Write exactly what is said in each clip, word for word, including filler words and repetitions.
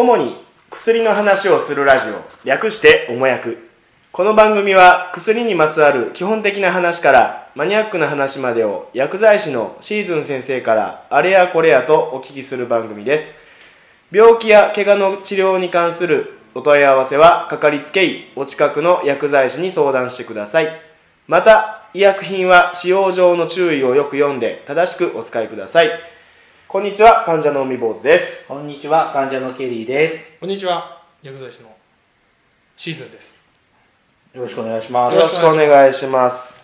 主に薬の話をするラジオ、略しておもやく。この番組は薬にまつわる基本的な話からマニアックな話までを薬剤師のシーズン先生からあれやこれやとお聞きする番組です。病気や怪我の治療に関するお問い合わせはかかりつけ医お近くの薬剤師に相談してください。また医薬品は使用上の注意をよく読んで正しくお使いください。こんにちは、患者の海坊主です。 こんにちは、患者のケリーです。 こんにちは、薬剤師のシーズンです。 よろしくお願いします。 よろしくお願いします。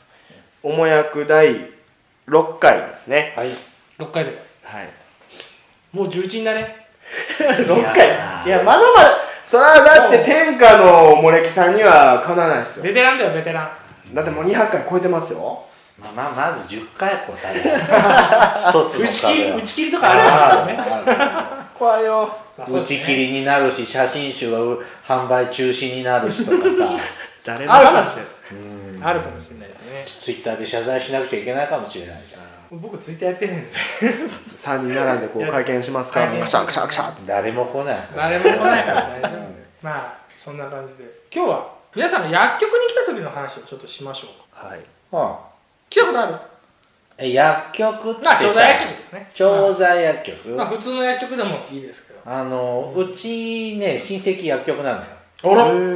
おもやくだいろっかいですね。 はい。 ろっかいで。 はい。 もうじゅういちになれ。 ろっかい。いや、まだまだ、それはだって天下のモレキさんにはかなわないですよ。 ベテランだよ、ベテラン。 だってもうにひゃっかい超えてますよ。 まあ、まあ、まずじゅっかい答え一つの打ち切り、打ち切りとかあるからね。 怖いよ。 打ち切りになるし、写真集が販売中止になるしとかさ。 誰の話や。 うんあるかもしれないですね。 ツイッターで謝罪しなくちゃいけないかもしれないじゃん。 僕ツイッターやってねえんで。 さんにん並んでこう会見しますか。クシャクシャクシャって。 誰も来ない。 誰も来ないから大丈夫。まあそんな感じで、今日は皆さんが薬局に来た時の話をちょっとしましょうか。 はい。 は来たことある？ い。薬局ってさ、 まあ調剤薬局ですね。 調剤薬局。 まあ普通の薬局でもいいですけど。 あの、うちね、親戚薬局なのよ。 あら？ うん。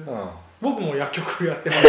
僕も薬局やってます。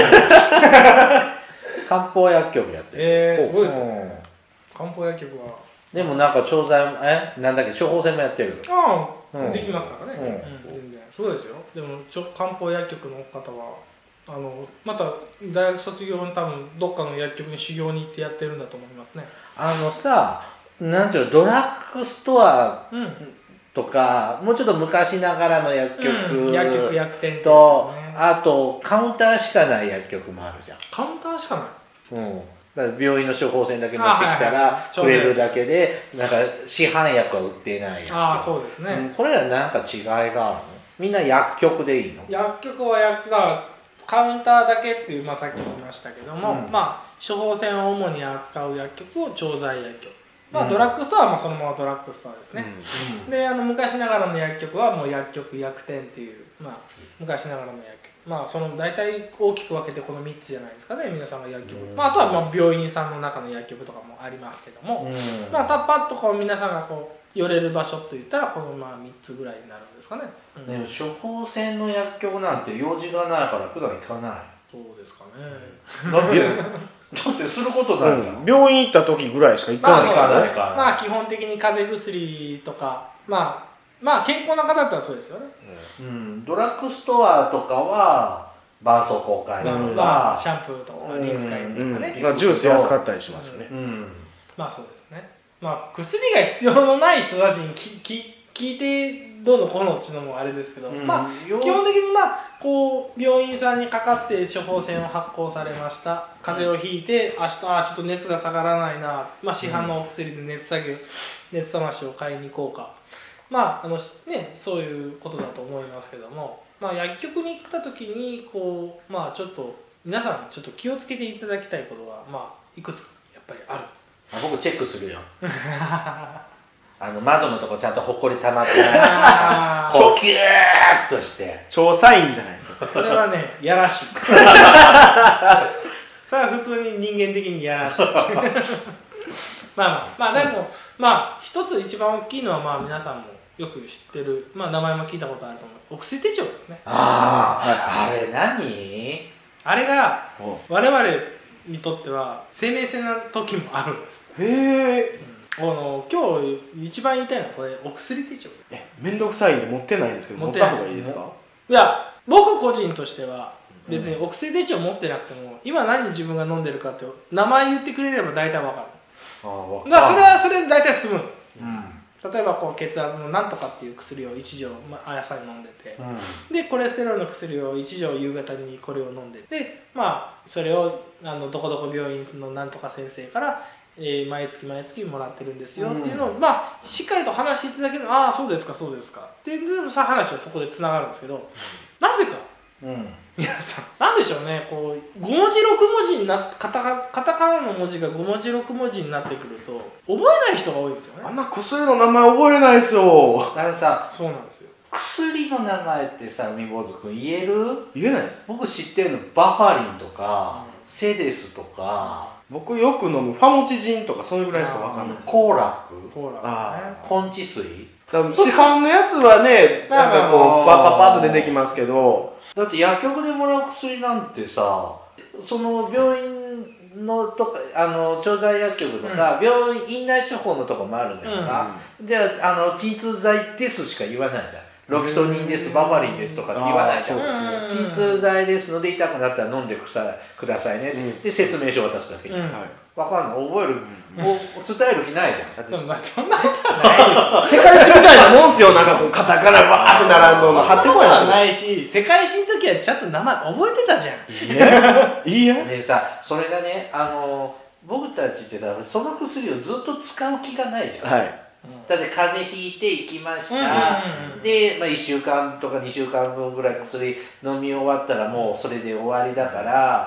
漢方薬局やってる。 えー、すごいですうね。 ん漢方薬局は。 でもなんか調剤えなんだっけ処方箋もやってる。 ああ、 うんできますからね。 うんうん、全然。そうですよ。でもちょ漢方薬局の方はあのまた大学卒業後に多分どっかの薬局に修行に行ってやってるんだと思いますね。 あのさ、なんていうのドラッグストアうん。 とかもうちょっと昔ながらの薬局、 うん、薬局薬店ってと、 ね、 あとカウンターしかない薬局もあるじゃん。 カウンターしかない。 うん。だから病院の処方箋だけ持ってきたあはいはいらはいくれるだけで、なんか市販薬は売ってない薬局。 ああ、そうですね。 うん、これらなんか違いがあるの？みんな薬局でいいの？ 薬局は薬がカウンターだけっていう、まあ、さっきも言いましたけども、 うんまあ処方箋を主に扱う薬局を調剤薬局、まあ、 うん、 ドラッグストアはまあそのままドラッグストアですね、 うんであの昔ながらの薬局はもう薬局薬店っていう、まあ、昔ながらの薬局、まあその大体大きく分けてこのみっつじゃないですかね、皆さんが薬局、 うんまあ、あとはまあ病院さんの中の薬局とかもありますけども、 うんまあ、たパッとこう皆さんがこう寄れる場所といったらこのまあみっつぐらいになるんですかね、うん、 でも処方箋の薬局なんて用事がないから普段行かない。 そうですかね。 だってだってすることないじゃん、 うん、病院行った時ぐらいしか行かないですよまあね。 まあ基本的に風邪薬とか、まあまあ健康な方だったらそうですよね。 うん、ドラッグストアとかは絆創膏買いとか、 うん、まあシャンプーとかリンス買いとかね、 うん、まあジュース安かったりしますよね。 うん、 まあそうですね。まあ薬が必要のない人たちにきき聞いてどうのこうのっていうのもあれですけど、 うん、 まあ基本的にまあこう病院さんにかかって処方箋を発行されました。風邪をひいて明日あちょっと熱が下がらないな、まあ市販のお薬で熱下げ熱冷ましを買いに行こうか。まああのねそういうことだと思いますけども、まあ薬局に来た時にこうまあちょっと皆さんちょっと気をつけていただきたいことはまあいくつかやっぱりある。 あ僕チェックするよあの窓のとこちゃんとほこり溜まってないこうキューッとして調査員じゃないですか。 それはねやらしいそれは普通に人間的にやらしいまあまあまあでも、まあ一つ一番大きいのはまあ皆さんもよく知ってる、まあ名前も聞いたことあると思います、お薬手帳ですね。 あああれ何あれが我々にとっては生命線な時もあるんです。 へえ。 あの今日一番言いたいのはこれお薬手帳。 え、めんどくさいんで持ってないんですけど、持っ持ってないた方がいいですか？ いや僕個人としては別にお薬手帳持ってなくても今何自分が飲んでるかって名前言ってくれれば大体わかる。 あだからそれはそれで大体済む。 うん例えばこう血圧のなんとかっていう薬をいち錠、まあ、朝に飲んでて、 うんでコレステロールの薬をいち錠夕方にこれを飲んでて、まあそれをあのどこどこ病院のなんとか先生から、えー、毎月毎月もらってるんですよっていうのを、うん、まあしっかりと話していただけるの、ああそうですかそうですかっていうさ話はそこでつながるんですけど、うん、なぜか、うん、皆さんなんでしょうね、こうご文字ろく文字になっカタカタカナの文字がご文字ろく文字になってくると覚えない人が多いんですよね。 あんな薬の名前覚えれないですよ。 あのさそうなんですよ。 薬の名前ってさ海坊主君言える？ 言えないです。 僕知ってるのバファリンとか、うん、セデスとか、 僕よく飲むファモチジンとかそれぐらいしかわかんないです。 コーラク、 コーラク、 あー、根治水。 市販のやつはね、なんかこうパッパッパッと出てきますけど、 だって薬局でもらう薬なんてさ、その病院のとかあの調剤薬局とか、うん、病院院内処方のとこもあるじゃないですか、うん、じゃあ、あの鎮痛剤ですしか言わないじゃん。ロキソニンです、バファリンですとかって言わないじゃん。鎮痛剤ですので痛くなったら飲んでくださいね、うん、で説明書を渡すだけじゃん、うん、分かんない、覚える、うん、もう伝える気ないじゃん。 そんなことないです。 世界史みたいなもんすよ。なんかこうカタカナバーって並んどんの貼ってこいやないし、世界史の時はちゃんと名前覚えてたじゃん。 いやいいやでさ、それがね、あの僕たちってさ、その薬をずっと使う気がないじゃん、はい、だって風邪ひいて行きました、うんうんうん、で、まあ、いっしゅうかんとかにしゅうかんぶんぐらい薬飲み終わったらもうそれで終わりだから、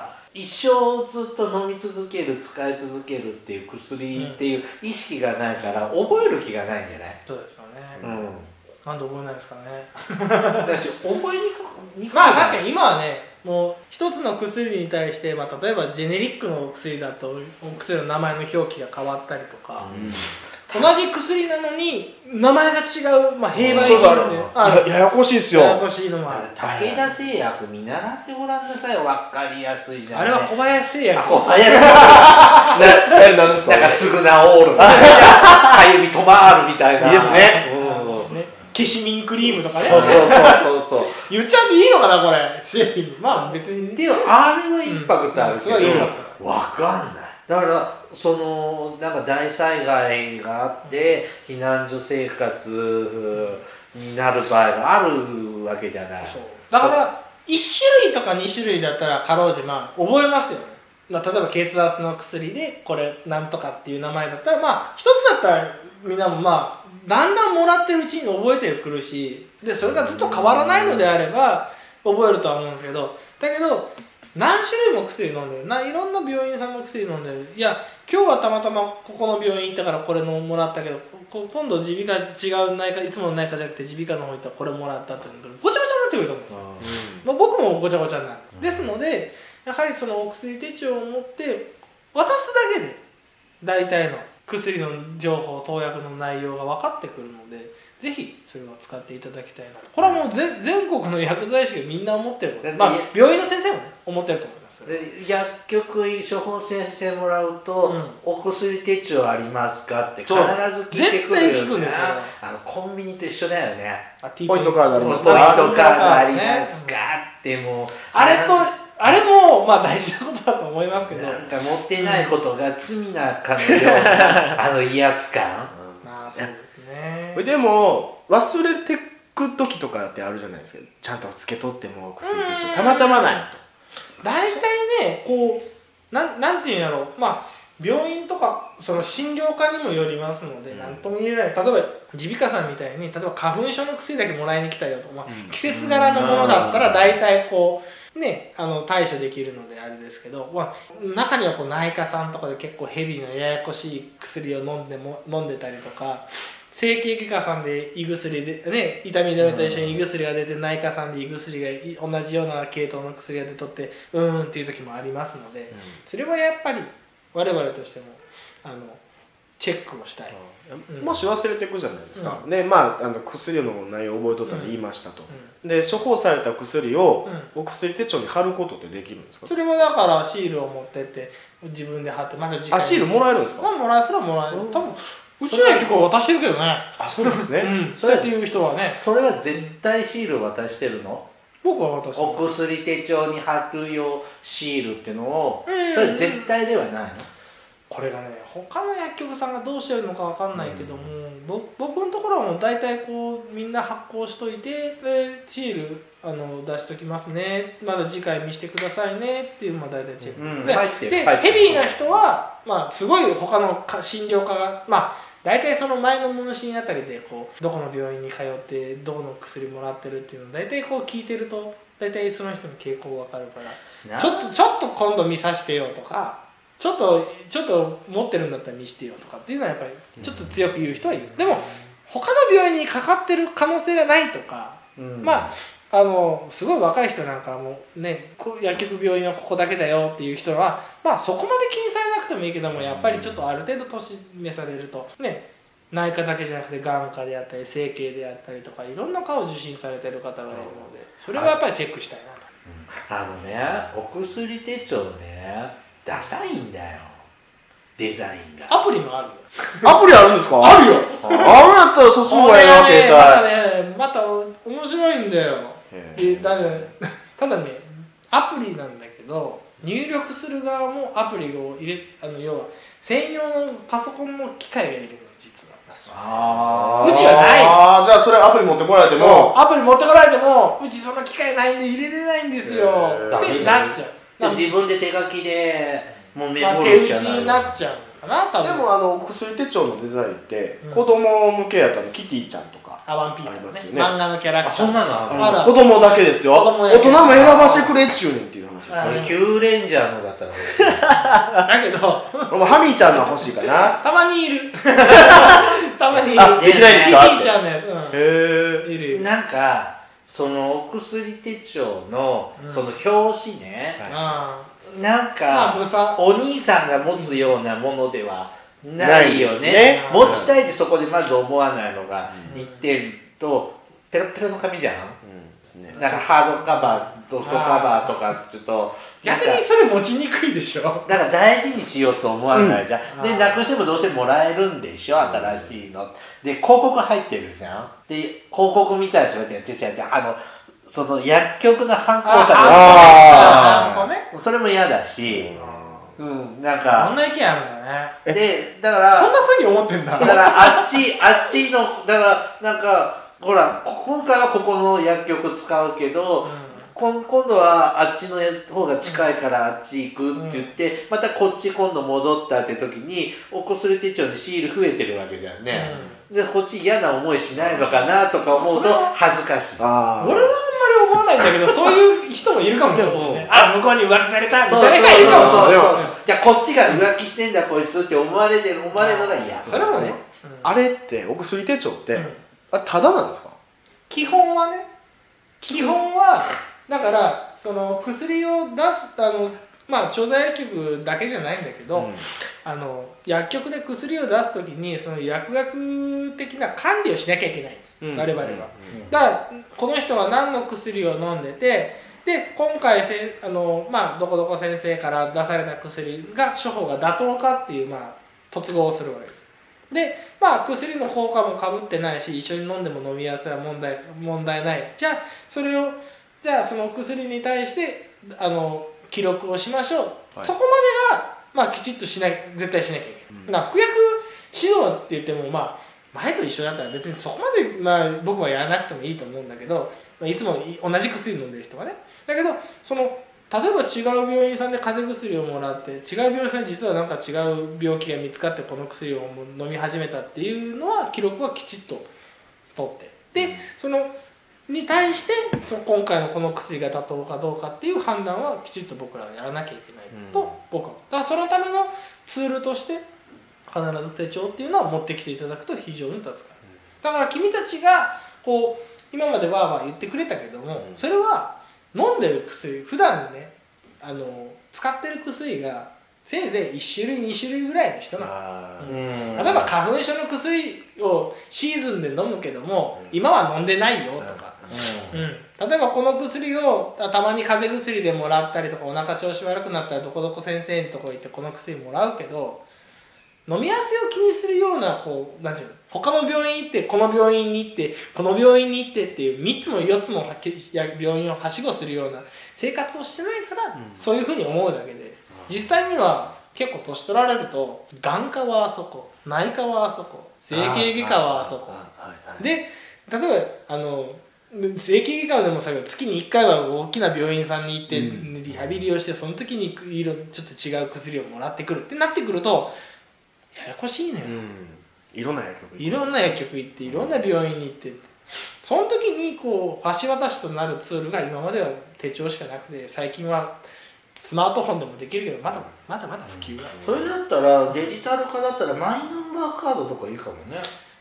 一生ずっと飲み続ける、使い続けるっていう薬っていう意識がないから覚える気がないんじゃない？ そうですよね、 うん、 なんで覚えないですかね。 だし覚えにくくまあ確かに今はね、もう一つの薬に対して、まあ、例えばジェネリックの薬だとお薬の名前の表記が変わったりとか、うん、同じ薬なのに名前が違う、まあ、併売品ってややこしいっすよ。 ややこしいのもある。 武田製薬見習ってごらんなさい。分かりやすいじゃん、ね、 あれは小林製薬。 小林製薬な, なんですか、なんかすぐ治るかゆみ止まるみたいな。 いいですね、 うん、ね、ケシミンクリームとかね。 そうそうそうそうそう言っちゃっていいのかなこれ。まあ別にでもあれはインパクトあるけど、うん、 分かんない。だからそのなんか大災害があって避難所生活になる場合があるわけじゃない。 そうだからいち種類とかに種類だったらかろうじてまあ覚えますよね。例えば血圧の薬でこれなんとかっていう名前だったらまあ一つだったらみんなもまあだんだんもらってるうちに覚えてくるし、でそれがずっと変わらないのであれば覚えるとは思うんですけど、だけど何種類も薬飲んでるな、いろんな病院さんの薬飲んでる。いや今日はたまたまここの病院行ったからこれのもらったけど、今度耳鼻科違う内科、いつもの内科じゃなくて耳鼻科の方行ったらこれもらったってごちゃごちゃになってくると思うんですよ、うん、まあ、僕もごちゃごちゃになる、うん、ですのでやはりそのお薬手帳を持って渡すだけで大体の薬の情報、投薬の内容が分かってくるので、ぜひそれを使っていただきたいなと。これはもう全国の薬剤師がみんな思ってること、まあ、病院の先生も、ね、思ってると思います。 薬局処方先生もらうと、うん、お薬手帳ありますかって必ず聞いてくるよね。あのコンビニと一緒だよね。 ポイントカードありますか、ポイントカードありますかってもうあれとあれもまあ大事なことだと思いますけど、 なんか持ってないことが罪なかのようなあの威圧感、 うん、まあそうですね。 でも忘れてく時とかってあるじゃないですか。ちゃんとつけとっても薬手帳たまたまないと大体ね、こうな ん, なんていうんだろう、まあ病院とかその診療科にもよりますので何、うん、とも言えない。例えば耳鼻科さんみたいに例えば花粉症の薬だけもらいに来たよとか、まあ、季節柄のものだったら大体こうね、あの対処できるのであれですけど、まあ、中にはこう内科さんとかで結構ヘビーなややこしい薬を飲んでも飲んでたりとか、整形外科さんで胃薬で、ね、痛み止めと一緒に胃薬が出て、内科さんで胃薬が同じような系統の薬が出とってうーんっていう時もありますので、それはやっぱり我々としてもあのチェックをしたい、 うん、もし忘れていくじゃないですか、うん、でまあ、あの薬の内容を覚えとったんで言いましたと、うん、で処方された薬をお薬手帳に貼ることってできるんですか？ それはだからシールを持ってって自分で貼ってまた次回あシールもらえるんですか？ まあ、もらえそれはもらえる。多分うちの薬局は渡してるけどね。 あ、そうなんですね、 うん、そうやっていう人はね。 それは絶対シールを渡してるの？ 僕は渡してる。 お薬手帳に貼る用シールっていうのを、それ絶対ではないの？ これがね、他の薬局さんがどうしてるのかわかんないけども、うん、僕のところはもう大体こうみんな発行しといて、でシールあの出しときますね、まだ次回見せてくださいねっていうまあ大体チェック、うん、で、でヘビーな人は、まあ、すごい他の診療科がまあ大体その前の問診あたりでこうどこの病院に通ってどこの薬もらってるっていうのを大体こう聞いてると大体その人の傾向が分かるから、ちょっとちょっと今度見させてよとか、ちょっとちょっと持ってるんだったら見してよとかっていうのはやっぱりちょっと強く言う人はいる。でも他の病院にかかってる可能性がないとか、うん、まああのすごい若い人なんかもね薬局病院はここだけだよっていう人はまあそこまで気にされなくてもいいけどもやっぱりちょっとある程度年召されるとね内科だけじゃなくて眼科であったり整形であったりとかいろんな科を受診されてる方がいるのでそれはやっぱりチェックしたいなと。 あのねお薬手帳ねダサいんだよデザインが。 アプリもあるよ。 アプリあるんですか？ あるよ。 あるやったらそっちの方がいいな携帯。 またねまた面白いんだよ。えだねただねアプリなんだけど入力する側もアプリを入れあの要は専用のパソコンの機械がいるの実は。 あうちはない。 ああじゃあそれアプリ持ってこられてもアプリ持ってこられてもうちその機械ないんで入れれないんですよってなっちゃう。 自分で手書きでもうメモるじゃない、まあ、手打ちになっちゃうかな多分。 でもあの薬手帳のデザインって、うん、子供向けやったらキティちゃんとかあワンピースとかねね漫画のキャラクター。 そんなのある。子供だけですよ。大人も選ばしてくれっちゅうねんっていう話ですそれキューレンジャーのだったらだけどもうハミーちゃんの欲しいかな。 たまにいるたまにいる。 あできないですか？ ハミーちゃんのやつ、うん、へえいるいる。なんかそのお薬手帳のその表紙ね、うんはいなんか、まあ、お兄さんが持つようなものではないよね。ね持ちたいってそこでまず思わないのが一点と、ペロペロの紙じゃん、うんね、なんかハードカバードフトカバーとかちょっと逆にそれ持ちにくいでしょ。 だから大事にしようと思わないじゃん、うん、でなくしてもどうせもらえるんでしょ新しいので広告入ってるじゃん。で広告見たらちょっとやってちゃうじゃんあのその薬局の反抗さがそれも嫌だし、うん、なんかそんな意見あるんだね。でだからそんな風に思ってんだ。 だからあっちあっちのだからなんかほら今回はここの薬局使うけど、うん、今度はあっちの方が近いからあっち行くって言って、うん、またこっち今度戻ったって時にお薬手帳にシール増えてるわけじゃんね。うん、でこっち嫌な思いしないのかなとか思うと恥ずかしい。 あ俺はあんまり思わないんだけどそういう人もいるかもしれない、ね、あ向こうに浮気されたみたいな人がいるかもしれない。 じゃあこっちが浮気してんだこいつって思われて思われるのが嫌。 それもね、うん、 あれってお薬手帳って、うん、あれタダなんですか？ 基本はね基本はだからその薬を出すあのまあ調剤薬局だけじゃないんだけど、うん、あの薬局で薬を出す時にその薬学的な管理をしなきゃいけないんです、うん、我々は、うん、だからこの人は何の薬を飲んでてで今回せあの、まあ、どこどこ先生から出された薬が処方が妥当かっていう、まあ、突合をするわけです。で、まあ、薬の効果もかぶってないし一緒に飲んでも飲みやすいは問題、問題ない。じゃあそれをじゃあその薬に対してあの記録をしましょう、はい、そこまでが、まあ、きちっとしない絶対しなきゃいけない、うん、な服薬指導って言っても、まあ、前と一緒だったら別にそこまで、まあ、僕はやらなくてもいいと思うんだけどいつも同じ薬飲んでる人がねだけどその例えば違う病院さんで風邪薬をもらって違う病院さんに実はなんか違う病気が見つかってこの薬を飲み始めたっていうのは記録はきちっと取ってでそのに対してその今回のこの薬が妥当かどうかっていう判断はきちっと僕らはやらなきゃいけないと僕はだからそのためのツールとして必ず手帳っていうのは持ってきていただくと非常に助かる。だから君たちがこう今までわーわー言ってくれたけどもそれは飲んでる薬普段ねあの使ってる薬がせいぜいいち種類に種類ぐらいの人なの、うん、例えば花粉症の薬をシーズンで飲むけども、うん、今は飲んでないよとか、うんうん、例えばこの薬をたまに風邪薬でもらったりとかお腹調子悪くなったらどこどこ先生のとこ行ってこの薬もらうけど飲み合わせを気にするようなこうなんていうの他の病院行ってこの病院に行ってこの病院に行ってっていうみっつもよっつも病院をはしごするような生活をしてないから、うん、そういうふうに思うだけで実際には結構年取られると眼科はあそこ内科はあそこ整形外科はあそこで例えばあの整形外科でもさ月にいっかいは大きな病院さんに行ってリハビリをしてその時にちょっと違う薬をもらってくるってなってくるとややこしいのよ、うん、 いろんな薬局いろんな薬局行っていろんな病院に行ってその時にこう橋渡しとなるツールが今までは手帳しかなくて最近はスマートフォンでもできるけどまだまだまだ普及が、 それだったらデジタル化だったらマイナンバーカードとかいいかもね。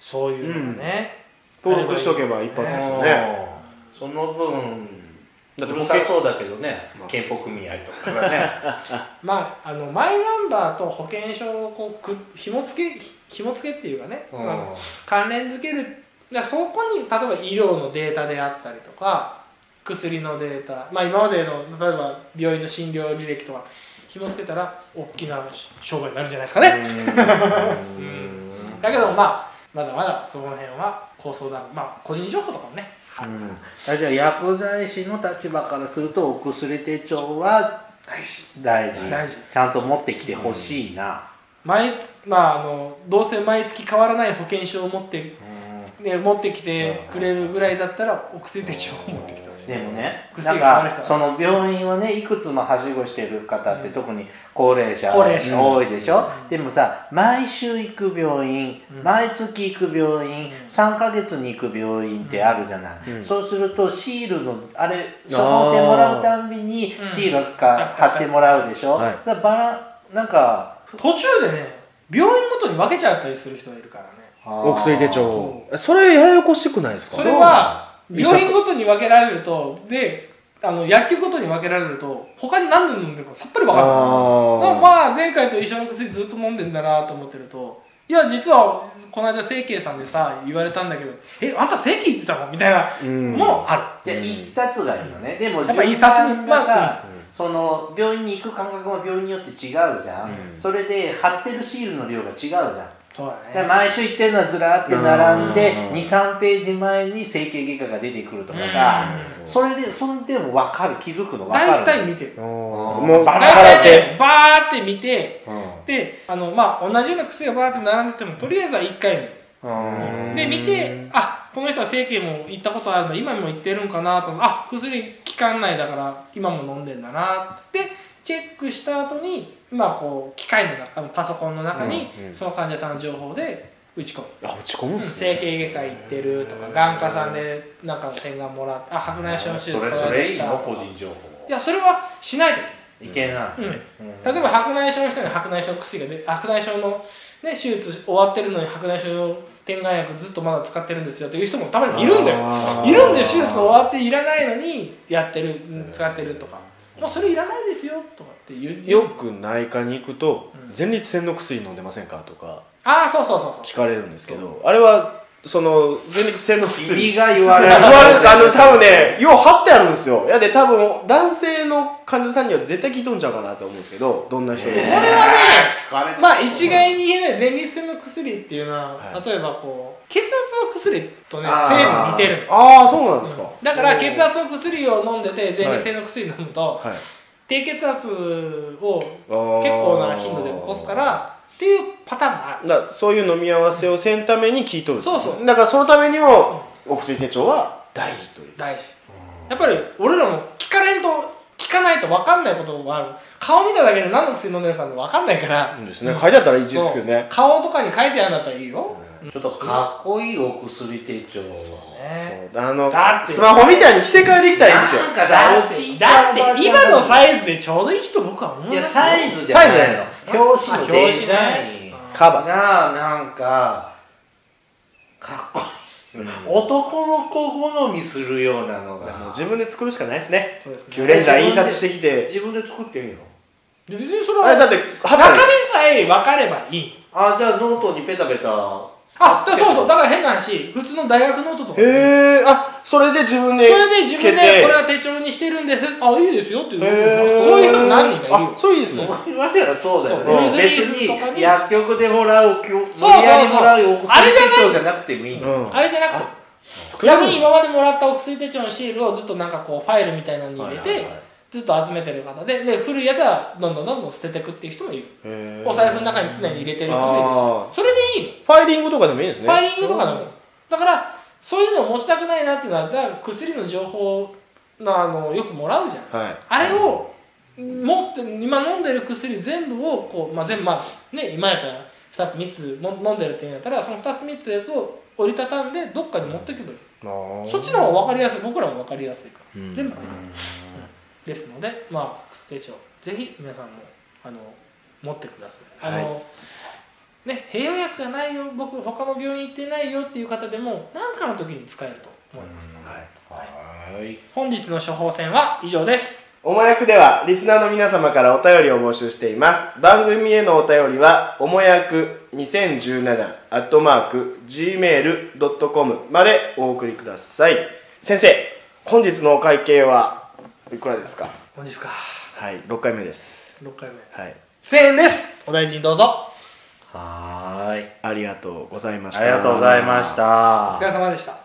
そういうのがね、 うん、登録しとけば一発ですよね。 その分だってうるさそうだけどね、健保組合とかねまああのマイナンバーと保険証をこうく紐付け紐付けっていうかね、 うんあの関連付ける、だそこに例えば医療のデータであったりとか薬のデータ、まあ、今までの例えば病院の診療履歴とか紐付けたら大きな商売になるんじゃないですかね。うん、だけどまあまだまだその辺は構想だ、まあ個人情報とかもね、 うん、じゃあ薬剤師の立場からするとお薬手帳は大事大事大事ちゃんと持ってきてほしいな、 毎まああのどうせ毎月変わらない保険証を持って、ね、持ってきてくれるぐらいだったらお薬手帳を持ってきてほしい。 でもね、 薬なんが変わる人はかその病院をねいくつもはしごしてる方って、うん、特に高齢者高齢者多いでしょ、 うん、 でもさ毎週行く病院、うん、毎月行く病院、うん、さんかげつに行く病院ってあるじゃない、うん、そうするとシールのあれ処方箋もらうたんびにシールが貼ってもらうでしょ、うん、だからバラなんか途中でね病院ごとに分けちゃったりする人がいるからね、 お薬手帳。それややこしくないですか？ それは病院ごとに分けられるとであの薬局ごとに分けられると他に何で飲んでるかさっぱり分からない。あまあ前回と一緒の薬ずっと飲んでんだなと思ってると、いや実はこの間整形さんでさ言われたんだけど、えあんた整形行ってたのみたいなもある。 じゃあ一冊がいいのね。でもやっぱ一冊にがさ、その病院に行く感覚も病院によって違うじゃん、うん、それで貼ってるシールの量が違うじゃん。 そうだね、 毎週行ってるのはずらーって並んでにさんページ前に整形外科が出てくるとかさ、それでそれでも分かる、気づくの分かる。 大体見てる。 もうバーってバーって見て、うん、であのまあ同じような薬がバーって並んでてもとりあえずはいっかい見る。で見て、あこの人は整形も行ったことあるんだ、今も行ってるんかなと、あ薬効かんないだから今も飲んでんだなってチェックした後に、まあこう機械の中、パソコンの中にその患者さんの情報で打ち込む。 あ打ち込むんですね。 整形外科行ってるとか、眼科さんでなんかの点眼もらって、あ白内障の手術これでした。それいいの個人情報。 いやそれはしないといけない。 うん。例えば白内障の人に白内障の薬がで、白内障のね手術終わってるのに白内障の点眼薬ずっとまだ使ってるんですよっていう人もたまにいるんだよ。いるんだよ。手術終わっていらないのにやってる、使ってるとか。もうそれいらないですよとかって言う。 よく内科に行くと、うん、前立腺の薬飲んでませんかとかああそうそうそうそう聞かれるんですけど、あれはその前立腺の薬君が言われる言われるあの多分ねよう貼ってあるんですよ。いやで多分男性の患者さんには絶対聞いとんちゃうかなと思うんですけど、どんな人でも、 それはねまあ一概に言えない前立腺の薬っていうのは、はい、例えばこう血圧の薬とね成分似てるの。 ああそうなんですか。 だから血圧の薬を飲んでて前立腺の薬飲むと、はいはい、低血圧を結構な頻度で起こすからっていうパターンもある。 だそういう飲み合わせをせんために効いとるんです。 そうそう。 だからそのためにもお薬手帳は大事という。 大事。やっぱり俺らも聞かれんと聞かないと分かんないこともある。顔見ただけで何の薬飲んでるか分かんないから。 いいですね。書いてあったらいいですけどね。 顔とかに書いてあるんだったらいいよ。 ちょっとかっこいいお薬手帳はね。 そうあのスマホみたいに着せ替えできたらいいんですよ。 なんかさ、おじいちゃんだって今のサイズでちょうどいい人僕は思う。 いやサイズじゃないの。 サイズじゃないです。 表紙のデザイン。 カバーなあなんかかっこいい、うん、男の子好みするようなのがもう自分で作るしかないですね。 そうですね。 キュレンジャー印刷してきて自分で作っていいの？ 別にそれはあれだって中身さえ分かればいい。 あじゃあノートにペタペタあそうそうだから変な話普通の大学ノートとか、ね、 へえあそれで自分でそれで自分でこれは手帳にしてるんですあいいですよっていうそういう人も何人かいる。 あそういいですね。 言われたらそうだよね。別にに薬局でもらう無理やりもらうお薬手帳じゃなくてもいいの、 うん、あれじゃなくて逆に今までもらったお薬手帳のシールをずっとなんかこうファイルみたいなのに入れて、はいはいはい、ずっと集めてる方で、で古いやつはどんどんどんどん捨てていくっていう人もいる。お財布の中に常に入れてる人もいるし、それでいいの。 ファイリングとかでもいいですね。 ファイリングとかでもだからそういうのを持ちたくないなっていうのはだから薬の情報のあのよくもらうじゃん、はい、あれを持って今飲んでる薬全部をこう、まあ、全部まあね今やったらふたつみっつ飲んでるっていうんやったらそのふたつみっつのやつを折りたたんでどっかに持っていけばいい。そっちの方が分かりやすい。僕らも分かりやすいから、うん、全部ですのでまあ薬手帳ぜひ皆さんもあの持ってください。あの、はい、 ね、併用薬がないよ、僕他の病院行ってないよっていう方でも何かの時に使えると思います。 はい、はい、 本日の処方箋は以上です。 おもやくではリスナーの皆様からお便りを募集しています。番組へのお便りはおもやくにせんじゅうななアットマーク ジーメールドットコム までお送りください。先生、本日のお会計はいくらですか？ 本日か。 はい、ろっかいめです。 ろっかいめ。 はい。 せんえんです。お大事にどうぞ。 はーい。 ありがとうございました。 ありがとうございました。 お疲れ様でした。